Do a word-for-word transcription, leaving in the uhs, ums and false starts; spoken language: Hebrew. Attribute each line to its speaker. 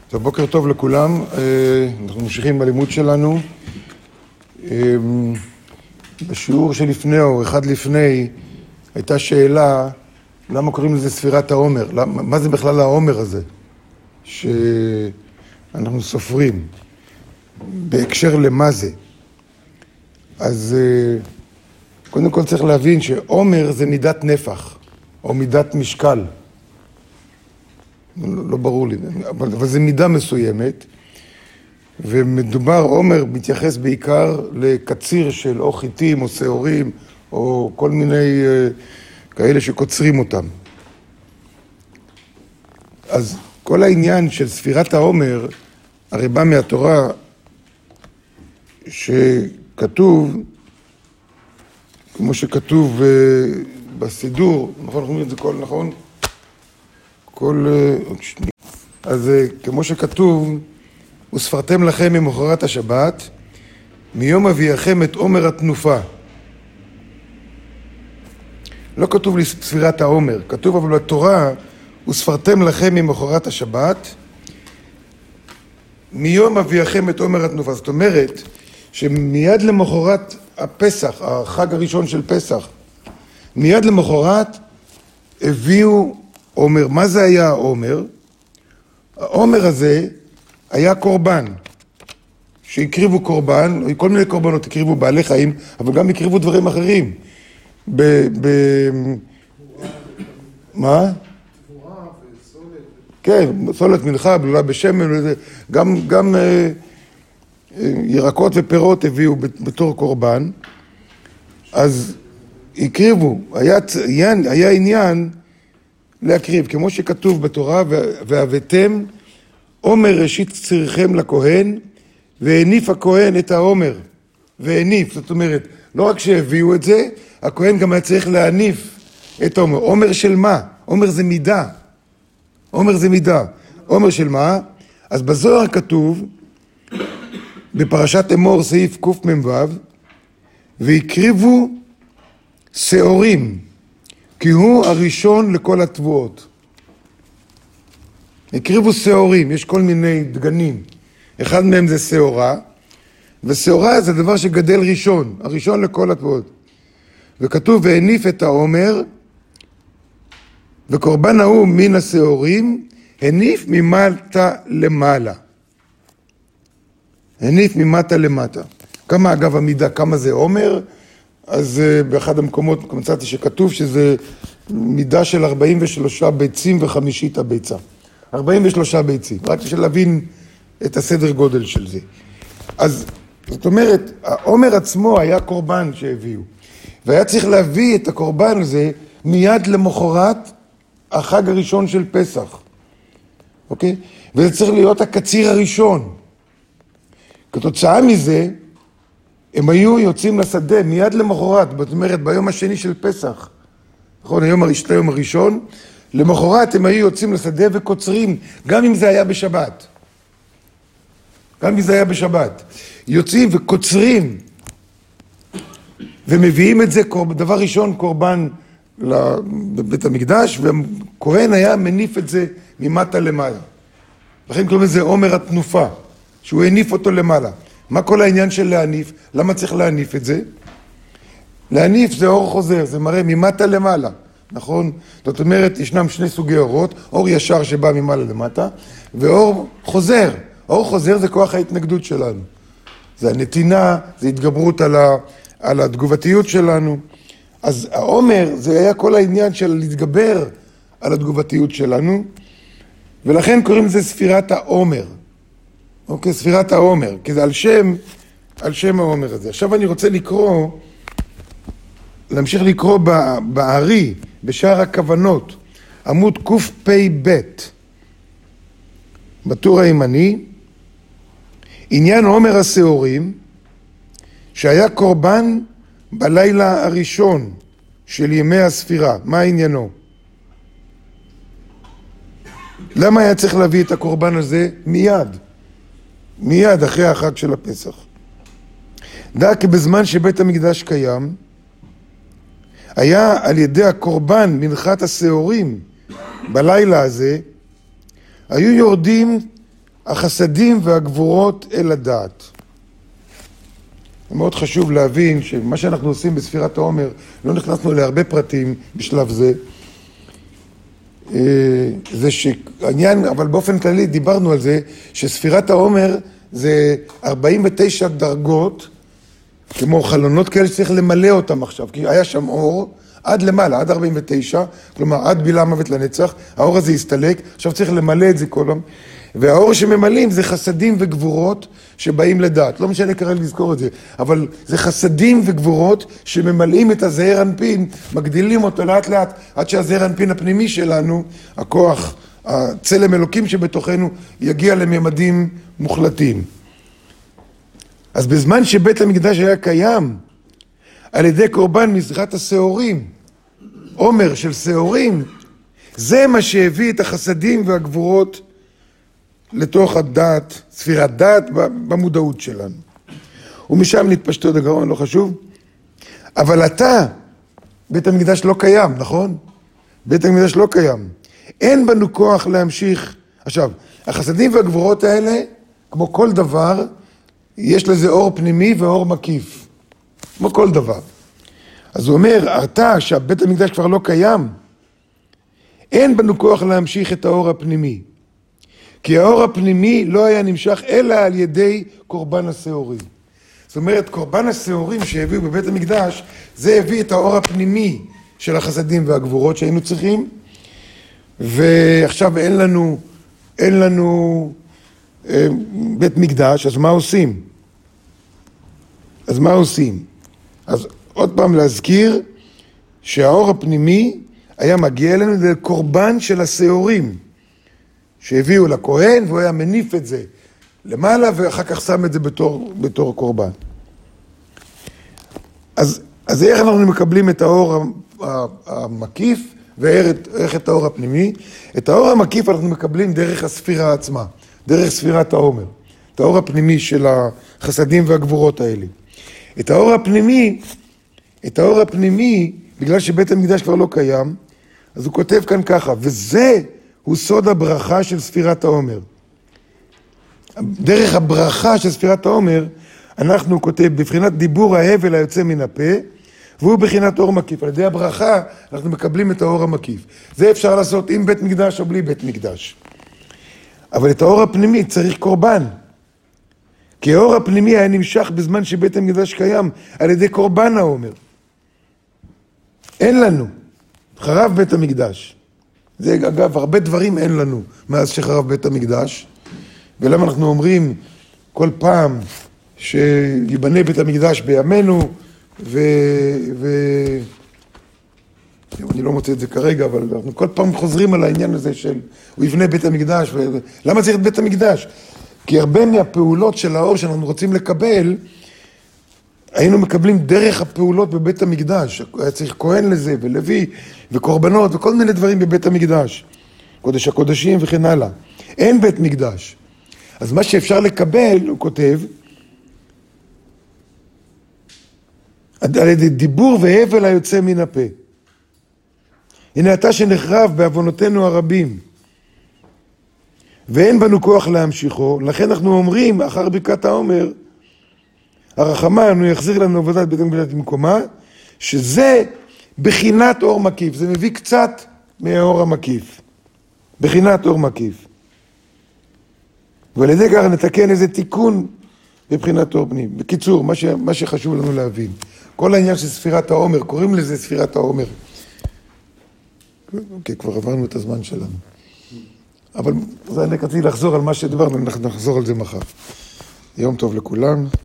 Speaker 1: טוב, בוקר טוב לכולם. אנחנו ממשיכים בלימוד שלנו. בשיעור שלפני או אחד לפני הייתה שאלה למה קוראים לזה ספירת העומר, למה, מה זה בכלל העומר הזה שאנחנו סופרים, בהקשר למה זה. אז קודם כל צריך להבין שעומר זה מידת נפח או מידת משקל, לא ברור לי, אבל, אבל זה מידה מסוימת, ומדובר, עומר מתייחס בעיקר לקציר של או חיטים או שעורים או כל מיני uh, כאלה שקוצרים אותם. אז כל העניין של ספירת העומר הרי בא מהתורה, שכתוב, כמו שכתוב uh, בסידור, נכון, אנחנו אומרים את זה כל, נכון? כל, אז כמו שכתוב, וספרתם לכם ממחרת השבת, מיום אביאכם את עומר התנופה. לא כתוב לי ספירת העומר, כתוב אבל בתורה, וספרתם לכם ממחרת השבת, מיום אביאכם את עומר התנופה. זאת אומרת, שמיד למחרת הפסח, החג הראשון של פסח, מיד למחרת הביאו עומר. מה זה היה העומר? העומר הזה היה קורבן, שהקריבו קורבן, כל מיני קורבנות, הקריבו בעלי חיים, אבל גם הקריבו דברים אחרים. ב... ב... מה? תבואה וסולת. כן, סולת מלחה, בלולה בשמן, גם, גם אה, ירקות ופירות הביאו בתור קורבן. אז הקריבו, היה, היה עניין להקריב, כמו שכתוב בתורה, והבאתם עומר ראשית צריכם לכהן, והניף הכהן את העומר, והניף, זאת אומרת, לא רק שהביאו את זה, הכהן גם היה צריך להניף את העומר. עומר של מה? עומר זה מידה. עומר זה מידה. עומר של מה? אז בזוהר כתוב, בפרשת אמור סעיף קמ"ו, והקריבו שעורים, כי הוא הראשון לכל התבואות. הקריבו שעורים, יש כל מיני דגנים. אחד מהם זה שעורה, ושעורה זה דבר שגדל ראשון, הראשון לכל התבואות. וכתוב, והניף את העומר, וקורבן ההוא מן השעורים, הניף ממטה למעלה. הניף ממטה למטה. כמה אגב המידה, כמה זה עומר? אז באחד המקומות מצאתי שכתוב שזה מידה של ארבעים ושלושה ביצים וחמישית הביצה. ארבעים ושלושה ביצים, רק בשביל להבין את הסדר גודל של זה. אז זאת אומרת, העומר עצמו היה קורבן שהביאו. והיה צריך להביא את הקורבן הזה מיד למחרת החג הראשון של פסח. אוקיי? וזה צריך להיות הקציר הראשון. כתוצאה מזה, הם היו יוצאים לשדה מיד למחרת, זאת אומרת ביום השני של פסח, נכון, היום הראשון, היום הראשון, למחרת הם היו יוצאים לשדה וקוצרים, גם אם זה היה בשבת. גם אם זה היה בשבת. יוצאים וקוצרים, ומביאים את זה, דבר ראשון, קורבן לבית המקדש, והכהן היה מניף את זה ממטה למעלה. לכן קוראים לזה עומר התנופה, שהוא הניף אותו למעלה. מה כל העניין של להניף? למה צריך להניף את זה? להניף זה אור חוזר, זה מראה ממטה למעלה, נכון? זאת אומרת, ישנם שני סוגי אורות, אור ישר שבא ממעלה למטה, ואור חוזר. אור חוזר זה כוח ההתנגדות שלנו. זה הנתינה, זה התגברות על, ה, על התגובתיות שלנו. אז העומר זה היה כל העניין של להתגבר על התגובתיות שלנו, ולכן קוראים לזה ספירת העומר. אוקיי, ספירת העומר, כי זה על שם, על שם העומר הזה. עכשיו אני רוצה לקרוא, להמשיך לקרוא בארי, בשער הכוונות, עמוד קפ"ב, בטור הימני, עניין עומר השעורים, שהיה קורבן בלילה הראשון של ימי הספירה. מה עניינו? למה היה צריך להביא את הקורבן הזה מיד? מיד אחרי החג של הפסח. דע כי בזמן שבית המקדש קיים, היה על ידי הקורבן מנחת השעורים בלילה הזה, היו יורדים החסדים והגבורות אל הדעת. זה מאוד חשוב להבין שמה שאנחנו עושים בספירת העומר, לא נכנסנו להרבה פרטים בשלב זה, זה שהעניין, אבל באופן כללי דיברנו על זה, שספירת העומר זה ארבעים ותשע דרגות, כמו חלונות כאלה שצריך למלא אותם עכשיו, כי היה שם אור עד למעלה, עד ארבעים ותשע, כלומר עד בילה מוות לנצח, האור הזה הסתלק, עכשיו צריך למלא את זה כל פעם, והאור שממלאים זה חסדים וגבורות שבאים לדעת, לא משנה כרגע לזכור את זה, אבל זה חסדים וגבורות שממלאים את הזעיר אנפין, מגדילים אותו לאט לאט, עד שהזעיר אנפין הפנימי שלנו, הכוח, הצלם אלוקים שבתוכנו, יגיע לממדים מוחלטים. אז בזמן שבית המקדש היה קיים, על ידי קורבן מזרחת השעורים, עומר של שעורים, זה מה שהביא את החסדים והגבורות לתוך הדעת, ספירת דעת במודעות שלנו. ומשם נתפשטו את הגרון, לא חשוב. אבל אתה, בית המקדש לא קיים, נכון? בית המקדש לא קיים. אין בנו כוח להמשיך. עכשיו, החסדים והגבורות האלה, כמו כל דבר, יש לזה אור פנימי ואור מקיף. כמו כל דבר. אז הוא אומר, אתה, שהבית המקדש כבר לא קיים, אין בנו כוח להמשיך את האור הפנימי. כי האור הפנימי לא היה נמשך אלא על ידי קורבן השעורים. זאת אומרת, קורבן השעורים שהביאו בבית המקדש, זה הביא את האור הפנימי של החסדים והגבורות שהיינו צריכים, ועכשיו אין לנו, אין לנו אה, בית מקדש, אז מה עושים? אז מה עושים? אז עוד פעם להזכיר שהאור הפנימי היה מגיע אלינו לקורבן של השעורים, שהביאו לכהן והוא היה מניף את זה למעלה ואחר כך שם את זה בתור, בתור קורבן. אז, אז איך אנחנו מקבלים את האור המקיף ואיך את האור הפנימי? את האור המקיף אנחנו מקבלים דרך הספירה עצמה, דרך ספירת העומר, את האור הפנימי של החסדים והגבורות האלה. את האור הפנימי, את האור הפנימי, בגלל שבית המקדש כבר לא קיים, אז הוא כותב כאן ככה, וזה הוא סוד הברכה של ספירת העומר. דרך הברכה של ספירת העומר, אנחנו כותב בבחינת דיבור ההבל היוצא מן הפה, והוא בחינת אור מקיף. על ידי הברכה אנחנו מקבלים את האור המקיף. זה אפשר לעשות עם בית מקדש או בלי בית מקדש. אבל את האור הפנימי צריך קורבן. כי האור הפנימי היה נמשך בזמן שבית המקדש קיים על ידי קורבן העומר. אין לנו. חרב בית המקדש. זה אגב, הרבה דברים אין לנו מאז שחרב בית המקדש. ולמה אנחנו אומרים כל פעם שיבנה בית המקדש בימינו, ו... ו... אני לא מוצא את זה כרגע, אבל אנחנו כל פעם חוזרים על העניין הזה של הוא יבנה בית המקדש. ו... למה צריך את בית המקדש? כי הרבה מהפעולות של האור שאנחנו רוצים לקבל, היינו מקבלים דרך הפעולות בבית המקדש. היה צריך כהן לזה, ולוי, וקורבנות, וכל מיני דברים בבית המקדש. קודש הקודשים וכן הלאה. אין בית מקדש. אז מה שאפשר לקבל, הוא כותב, על ידי דיבור והבל היוצא מן הפה. הנה אתה שנחרב בעוונותינו הרבים, ואין בנו כוח להמשיכו, לכן אנחנו אומרים, אחר ברכת העומר, הרחמן, הוא יחזיר לנו עבודת בית המקדש במקומה, שזה בחינת אור מקיף, זה מביא קצת מהאור המקיף, בחינת אור מקיף. ועל ידי כך נתקן איזה תיקון בבחינת אור פנים. בקיצור, מה, ש, מה שחשוב לנו להבין, כל העניין של ספירת העומר, קוראים לזה ספירת העומר. אוקיי, כבר עברנו את הזמן שלנו. אבל אני רציתי לחזור על מה שדברנו, אנחנו נחזור על זה מחר. יום טוב לכולם.